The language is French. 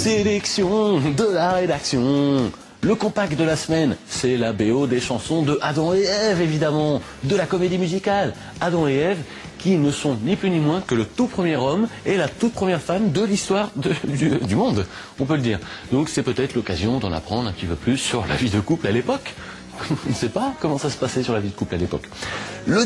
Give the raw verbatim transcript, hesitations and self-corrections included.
Sélection de la rédaction. Le compact de la semaine, c'est la B O des chansons de Adam et Ève, évidemment, de la comédie musicale. Adam et Ève, qui ne sont ni plus ni moins que le tout premier homme et la toute première femme de l'histoire du, du monde, on peut le dire. Donc c'est peut-être l'occasion d'en apprendre un petit peu plus sur la vie de couple à l'époque. Je ne sais pas comment ça se passait sur la vie de couple à l'époque. Le